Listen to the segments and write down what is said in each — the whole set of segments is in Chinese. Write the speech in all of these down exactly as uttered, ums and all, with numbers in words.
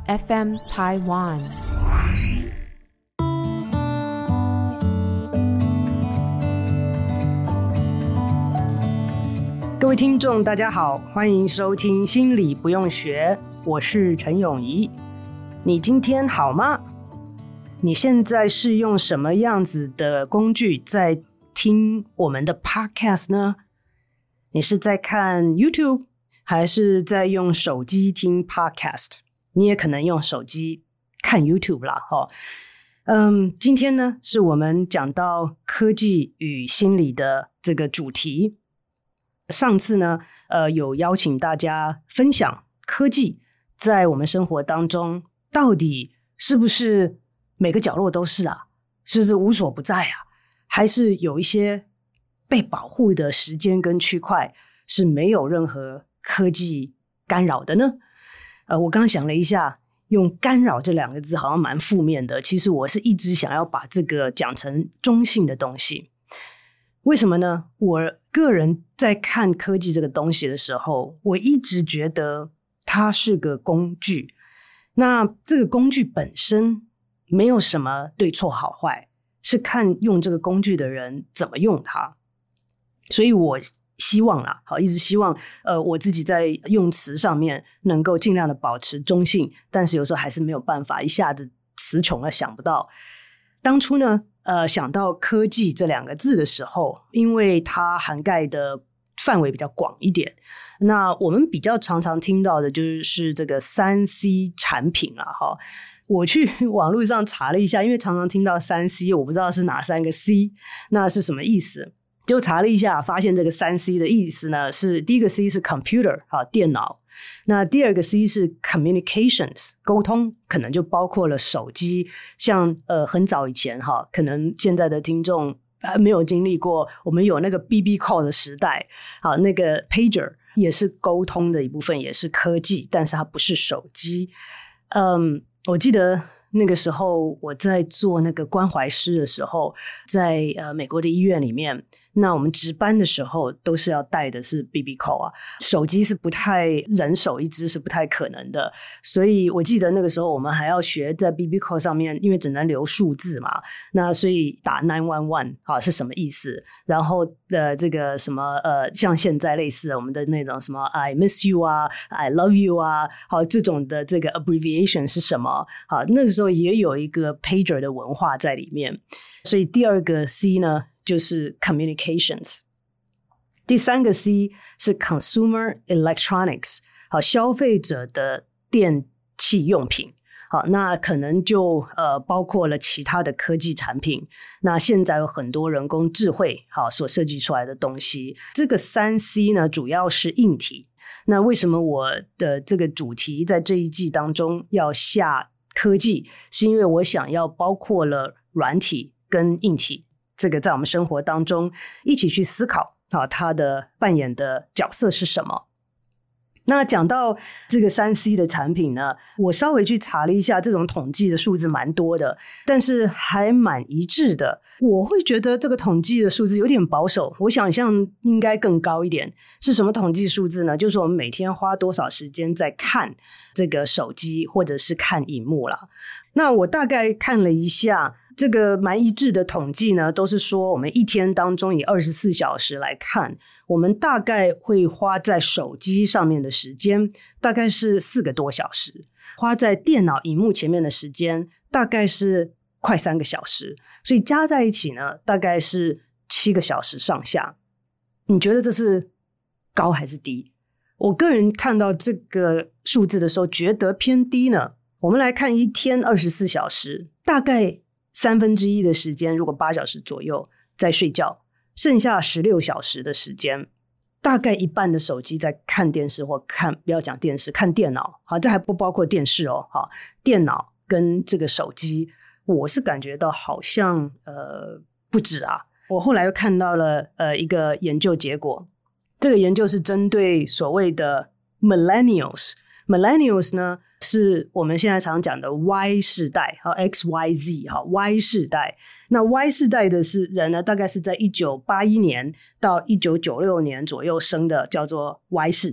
F M Taiwan。 各位听众大家好，欢迎收听心理不用学，我是陈永仪。你今天好吗？你现在是用什么样子的工具在听我们的 podcast 呢？你是在看 YouTube 还是在用手机听 podcast？ 你也可能用手机看 YouTube 啦、哦、嗯，今天呢是我们讲到科技与心理的这个主题。上次呢呃，有邀请大家分享科技在我们生活当中到底是不是每个角落都是啊，是不是无所不在啊，还是有一些被保护的时间跟区块是没有任何科技干扰的呢？呃，我刚刚想了一下，用干扰这两个字好像蛮负面的，其实我是一直想要把这个讲成中性的东西。为什么呢？我个人在看科技这个东西的时候，我一直觉得它是个工具，那这个工具本身没有什么对错好坏，是看用这个工具的人怎么用它。所以我希望啦，好，一直希望呃，我自己在用词上面能够尽量的保持中性，但是有时候还是没有办法，一下子词穷了想不到。当初呢呃，想到科技这两个字的时候，因为它涵盖的范围比较广一点，那我们比较常常听到的就是这个 三 C 产品啦齁。我去网络上查了一下，因为常常听到 三 C， 我不知道是哪三个 C， 那是什么意思？就查了一下，发现这个 三 C 的意思呢，是第一个 C 是 computer 啊，电脑，那第二个 C 是 communications 沟通，可能就包括了手机，像呃很早以前哈，可能现在的听众呃没有经历过，我们有那个 B B call 的时代，好，那个 pager 也是沟通的一部分，也是科技，但是它不是手机。嗯，我记得那个时候我在做那个关怀师的时候，在呃美国的医院里面，那我们值班的时候都是要带的是 B B call 啊，手机是不太，人手一支是不太可能的，所以我记得那个时候我们还要学在 B B call 上面，因为只能留数字嘛，那所以打九一一啊是什么意思，然后的这个什么呃，像现在类似我们的那种什么 I miss you 啊 I love you 啊，好，这种的这个 abbreviation 是什么，好，那个时候也有一个 pager 的文化在里面，所以第二个 C 呢就是 communications， 第三个 C 是 consumer electronics， 好，消费者的电器用品，好，那可能就呃包括了其他的科技产品，那现在有很多人工智慧好所设计出来的东西，这个 三 C 呢主要是硬体。那为什么我的这个主题在这一季当中要下科技，是因为我想要包括了软体跟硬体，这个在我们生活当中一起去思考啊，它的扮演的角色是什么。那讲到这个 三 C 的产品呢，我稍微去查了一下，这种统计的数字蛮多的，但是还蛮一致的。我会觉得这个统计的数字有点保守，我想象应该更高一点。是什么统计数字呢？就是我们每天花多少时间在看这个手机或者是看荧幕啦。那我大概看了一下，这个蛮一致的统计呢，都是说我们一天当中以二十四小时来看，我们大概会花在手机上面的时间大概是四个多小时，花在电脑荧幕前面的时间大概是快三个小时，所以加在一起呢大概是七个小时上下。你觉得这是高还是低？我个人看到这个数字的时候觉得偏低呢。我们来看一天二十四小时，大概三分之一的时间，如果八小时左右在睡觉，剩下十六小时的时间，大概一半的手机在看电视或看，不要讲电视，看电脑。好，这还不包括电视哦。好，电脑跟这个手机，我是感觉到好像呃不止啊。我后来又看到了呃一个研究结果，这个研究是针对所谓的 millennials。millennials 呢是我们现在常讲的 Y 世代 X Y Z Y 世代。那 Y 世代的是人呢，大概是在一九八一年到一九九六年左右生的，叫做 Y 世代。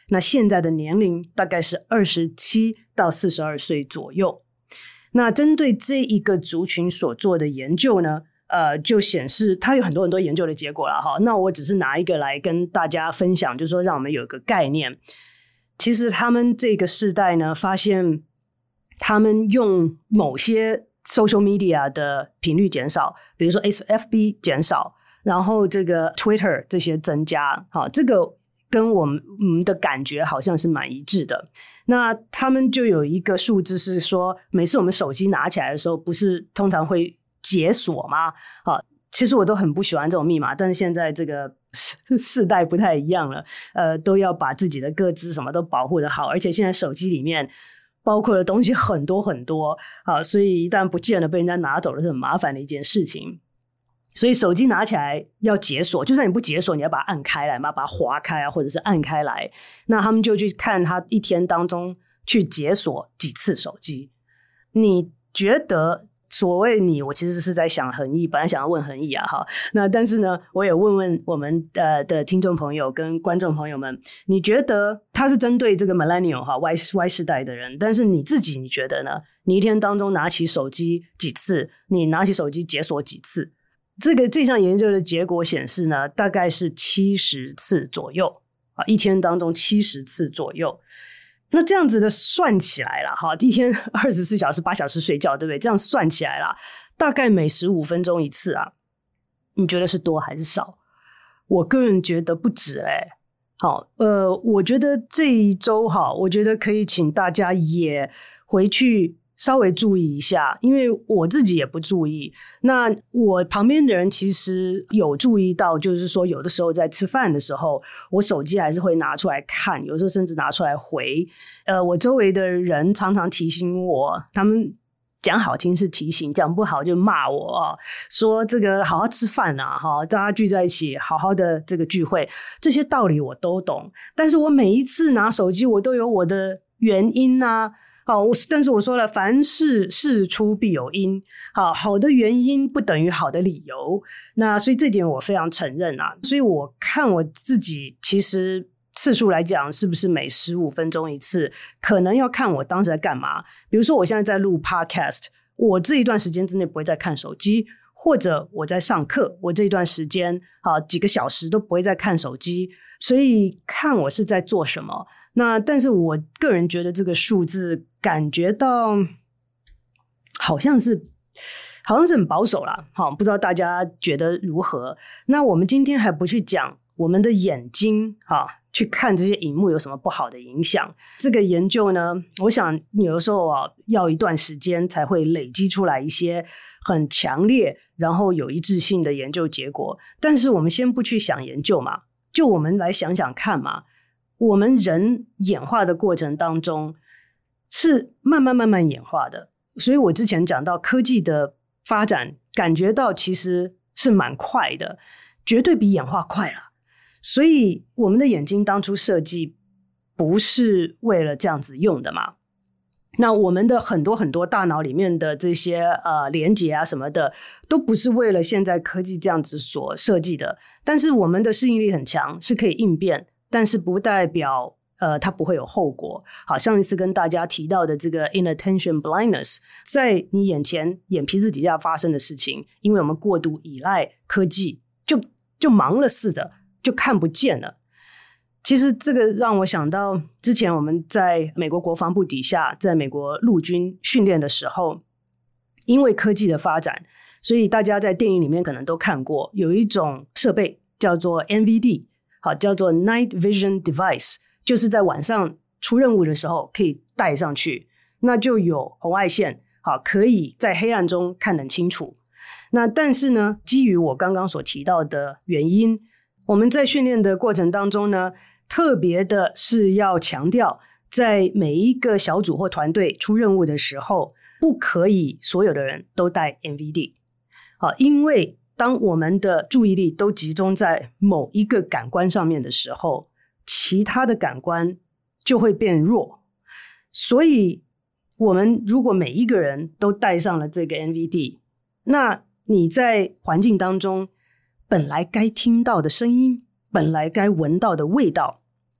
那现在的年龄大概是二十七到四十二岁左右。那针对这一个族群所做的研究呢，呃，就显示它有很多很多研究的结果了哈。那我只是拿一个来跟大家分享，就是说让我们有一个概念。其实他们这个世代呢，发现他们用某些 social media 的频率减少，比如说 F B 减少，然后这个 Twitter 这些增加，好，这个跟我们我们的感觉好像是蛮一致的。那他们就有一个数字是说，每次我们手机拿起来的时候，不是通常会解锁吗？好，其实我都很不喜欢这种密码，但是现在这个世代不太一样了，呃，都要把自己的个资什么都保护得好，而且现在手机里面包括的东西很多很多，好，所以一旦不见了被人家拿走了是很麻烦的一件事情。所以手机拿起来要解锁，就算你不解锁，你要把它按开来嘛，把它划开啊，或者是按开来。那他们就去看他一天当中去解锁几次手机。你觉得所谓你，我其实是在想恒毅，本来想要问恒毅啊，哈。那但是呢，我也问问我们呃的听众朋友跟观众朋友们，你觉得他是针对这个 millennial 哈 Y Y 世代的人，但是你自己你觉得呢？你一天当中拿起手机几次？你拿起手机解锁几次？这个这项研究的结果显示呢，大概是七十次左右啊，一天当中七十次左右。那这样子的算起来了哈，一天二十四小时八小时睡觉，对不对？这样算起来了，大概每十五分钟一次啊。你觉得是多还是少？我个人觉得不止哎。好，呃，我觉得这一周哈，我觉得可以请大家也回去稍微注意一下，因为我自己也不注意。那我旁边的人其实有注意到，就是说有的时候在吃饭的时候，我手机还是会拿出来看，有时候甚至拿出来回。呃，我周围的人常常提醒我，他们讲好听是提醒，讲不好就骂我啊，说这个好好吃饭啊，哈，大家聚在一起好好的这个聚会，这些道理我都懂，但是我每一次拿手机我都有我的原因啊。好，但是我说了，凡事事出必有因。好，好的原因不等于好的理由。那所以这点我非常承认啊。所以我看我自己，其实次数来讲，是不是每十五分钟一次，可能要看我当时在干嘛。比如说，我现在在录 podcast， 我这一段时间之内不会再看手机，或者我在上课，我这一段时间好几个小时都不会再看手机。所以看我是在做什么。那但是我个人觉得这个数字感觉到好像是好像是很保守啦，好，不知道大家觉得如何？那我们今天还不去讲我们的眼睛啊，去看这些荧幕有什么不好的影响。这个研究呢，我想有的时候啊，要一段时间才会累积出来一些很强烈然后有一致性的研究结果。但是我们先不去想研究嘛，就我们来想想看嘛，我们人演化的过程当中是慢慢慢慢演化的，所以我之前讲到科技的发展，感觉到其实是蛮快的，绝对比演化快了。所以我们的眼睛当初设计不是为了这样子用的嘛。那我们的很多很多大脑里面的这些呃连结啊什么的，都不是为了现在科技这样子所设计的。但是我们的适应力很强，是可以应变，但是不代表呃它不会有后果。好，上一次跟大家提到的这个 inattention blindness， 在你眼前眼皮子底下发生的事情，因为我们过度依赖科技，就就盲了似的，就看不见了。其实这个让我想到之前我们在美国国防部底下，在美国陆军训练的时候，因为科技的发展，所以大家在电影里面可能都看过，有一种设备叫做 N V D， 好，叫做 Night Vision Device， 就是在晚上出任务的时候可以带上去，那就有红外线，好，可以在黑暗中看得清楚。那但是呢，基于我刚刚所提到的原因，我们在训练的过程当中呢，特别的是要强调，在每一个小组或团队出任务的时候，不可以所有的人都带 N V D。 好，因为当我们的注意力都集中在某一个感官上面的时候，其他的感官就会变弱。所以我们如果每一个人都带上了这个 N V D， 那你在环境当中本来该听到的声音，本来该闻到的味道，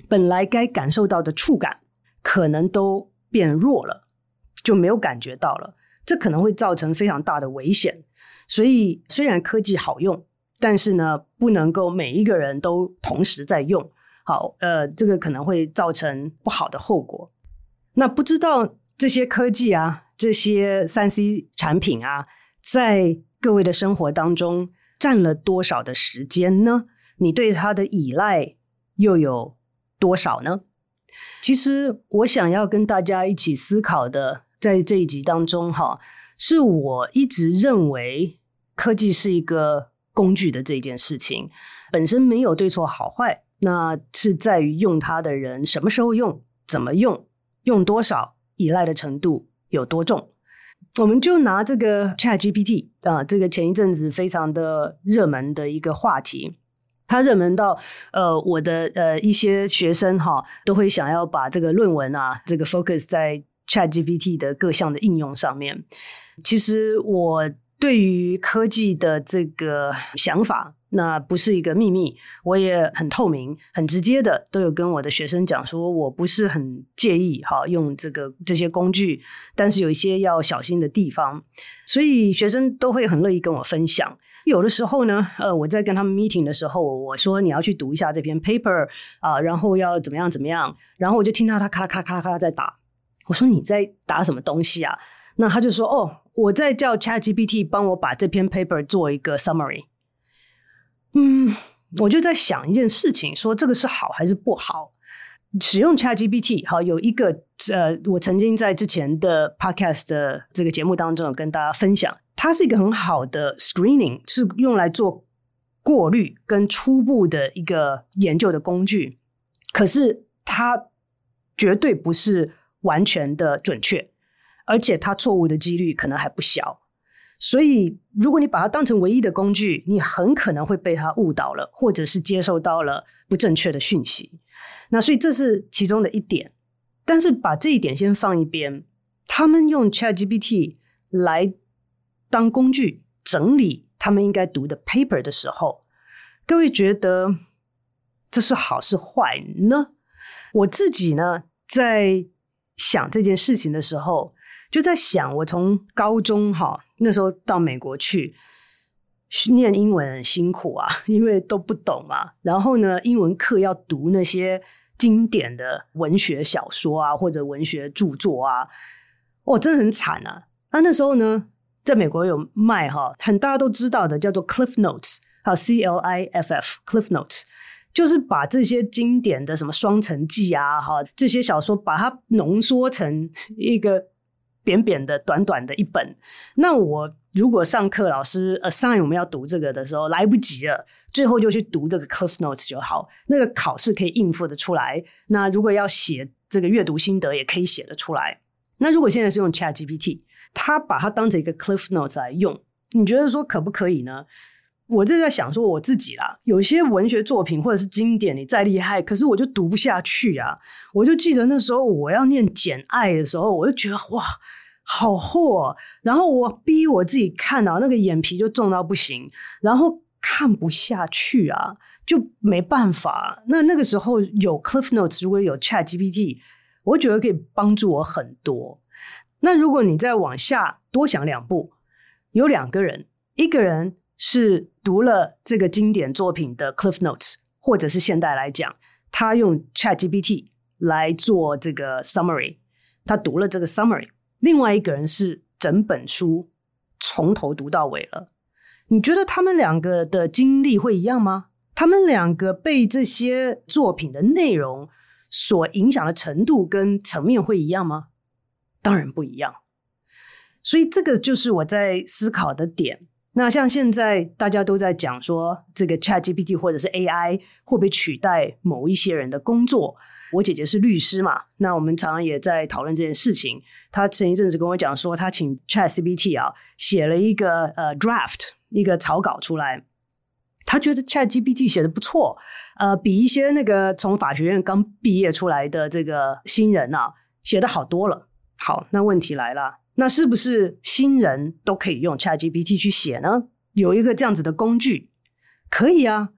本来该感受到的触感可能都变弱了，就没有感觉到了，这可能会造成非常大的危险。所以虽然科技好用，但是呢，不能够每一个人都同时在用。好，呃，这个可能会造成不好的后果。那不知道这些科技啊，这些 三 C 产品啊，在各位的生活当中占了多少的时间呢？你对它的依赖又有多少呢？其实我想要跟大家一起思考的，在这一集当中哈，是我一直认为科技是一个工具的这件事情，本身没有对错好坏，那是在于用它的人什么时候用，怎么用，用多少，依赖的程度有多重。我们就拿这个 ChatGPT 啊，这个前一阵子非常的热门的一个话题，它热门到呃我的呃一些学生哈都会想要把这个论文啊这个 focus 在 ChatGPT 的各项的应用上面。其实我对于科技的这个想法，那不是一个秘密，我也很透明很直接的都有跟我的学生讲说，我不是很介意哈用这个这些工具，但是有一些要小心的地方，所以学生都会很乐意跟我分享。有的时候呢呃，我在跟他们 meeting 的时候，我说你要去读一下这篇 paper 啊、呃，然后要怎么样怎么样，然后我就听到他咔啦咔啦咔啦咔啦在打，我说你在打什么东西啊？那他就说哦，我在叫 ChatGPT 帮我把这篇 paper 做一个 summary。 嗯，我就在想一件事情，说这个是好还是不好？使用 ChatGPT 好，有一个呃，我曾经在之前的 podcast 的这个节目当中有跟大家分享，它是一个很好的 screening， 是用来做过滤跟初步的一个研究的工具，可是它绝对不是完全的准确，而且它错误的几率可能还不小。所以如果你把它当成唯一的工具，你很可能会被它误导了，或者是接受到了不正确的讯息。那所以这是其中的一点。但是把这一点先放一边，他们用 ChatGPT 来当工具整理他们应该读的 paper 的时候，各位觉得这是好是坏呢？我自己呢在想这件事情的时候，就在想我从高中哈那时候到美国去念英文很辛苦啊，因为都不懂嘛。然后呢，英文课要读那些经典的文学小说啊，或者文学著作啊，哦，真的很惨啊。那那时候呢，在美国有卖哈，很大家都知道的叫做 Cliff Notes， 还有 C L I F F Cliff Notes， 就是把这些经典的什么双城记啊，哈，这些小说把它浓缩成一个扁扁的短短的一本。那我如果上课老师 assign 我们要读这个的时候来不及了，最后就去读这个 Cliff Notes 就好，那个考试可以应付得出来。那如果要写这个阅读心得也可以写得出来。那如果现在是用 ChatGPT， 它把它当成一个 Cliff Notes 来用，你觉得说可不可以呢？我就在想说我自己啦，有些文学作品或者是经典你再厉害，可是我就读不下去啊。我就记得那时候我要念简爱的时候，我就觉得哇好厚哦，然后我逼我自己看啊，那个眼皮就重到不行，然后看不下去啊，就没办法。那那个时候有 Cliff Notes， 如果有 ChatGPT， 我觉得可以帮助我很多。那如果你再往下多想两步，有两个人，一个人是读了这个经典作品的 Cliff Notes， 或者是现代来讲，他用 ChatGPT 来做这个 summary， 他读了这个 summary。另外一个人是整本书从头读到尾了，你觉得他们两个的经历会一样吗？他们两个被这些作品的内容所影响的程度跟层面会一样吗？当然不一样。所以这个就是我在思考的点。那像现在大家都在讲说这个 ChatGPT 或者是 A I 会不会取代某一些人的工作。我姐姐是律师嘛，那我们常常也在讨论这件事情。她前一阵子跟我讲说，她请 ChatGPT 啊写了一个呃 draft 一个草稿出来，她觉得 ChatGPT 写的不错，呃，比一些那个从法学院刚毕业出来的这个新人啊写的好多了。好，那问题来了，那是不是新人都可以用 ChatGPT 去写呢？有一个这样子的工具，可以啊。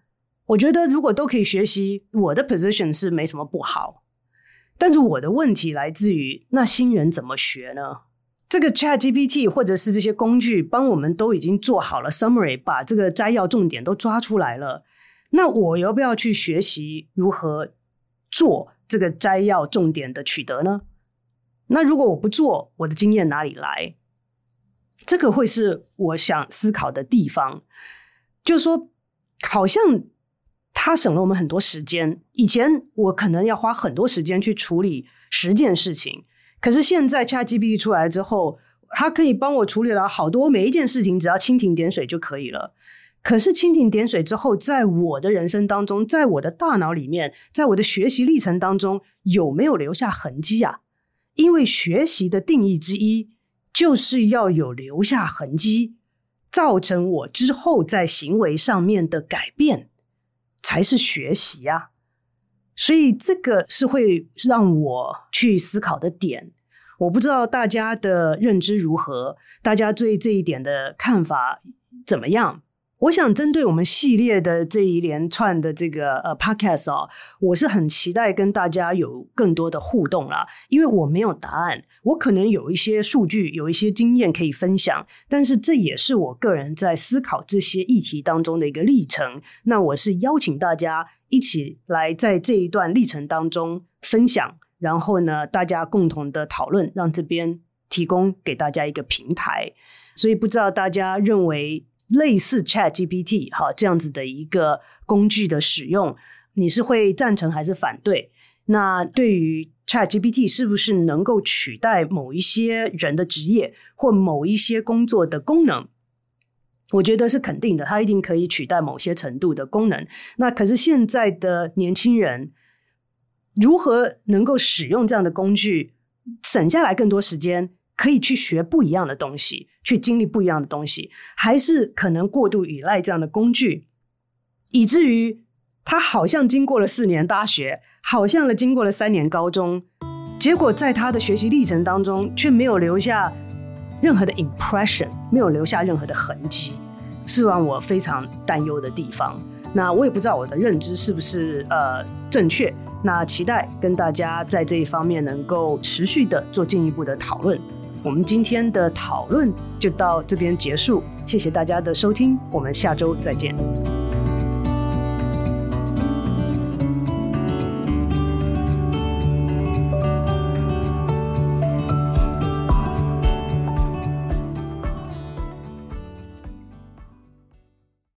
我觉得如果都可以学习，我的 position 是没什么不好。但是我的问题来自于，那新人怎么学呢？这个 ChatGPT 或者是这些工具帮我们都已经做好了 summary， 把这个摘要重点都抓出来了。那我要不要去学习如何做这个摘要重点的取得呢？那如果我不做，我的经验哪里来？这个会是我想思考的地方。就是说，好像它省了我们很多时间。以前我可能要花很多时间去处理十件事情，可是现在 ChatGPT 出来之后，它可以帮我处理了好多，每一件事情只要蜻蜓点水就可以了。可是蜻蜓点水之后，在我的人生当中，在我的大脑里面，在我的学习历程当中，有没有留下痕迹啊？因为学习的定义之一就是要有留下痕迹，造成我之后在行为上面的改变，才是学习啊。所以这个是会让我去思考的点。我不知道大家的认知如何，大家对这一点的看法怎么样？我想针对我们系列的这一连串的这个呃 podcast 哦，我是很期待跟大家有更多的互动啦，因为我没有答案，我可能有一些数据，有一些经验可以分享，但是这也是我个人在思考这些议题当中的一个历程。那我是邀请大家一起来在这一段历程当中分享，然后呢，大家共同的讨论，让这边提供给大家一个平台。所以不知道大家认为类似 ChatGPT 哈这样子的一个工具的使用，你是会赞成还是反对？那对于 ChatGPT 是不是能够取代某一些人的职业或某一些工作的功能？我觉得是肯定的，它一定可以取代某些程度的功能。那可是现在的年轻人如何能够使用这样的工具，省下来更多时间，可以去学不一样的东西，去经历不一样的东西，还是可能过度依赖这样的工具，以至于他好像经过了四年大学，好像了经过了三年高中，结果在他的学习历程当中却没有留下任何的 impression， 没有留下任何的痕迹，是让我非常担忧的地方。那我也不知道我的认知是不是呃正确，那期待跟大家在这一方面能够持续的做进一步的讨论。我们今天的讨论就到这边结束，谢谢大家的收听，我们下周再见。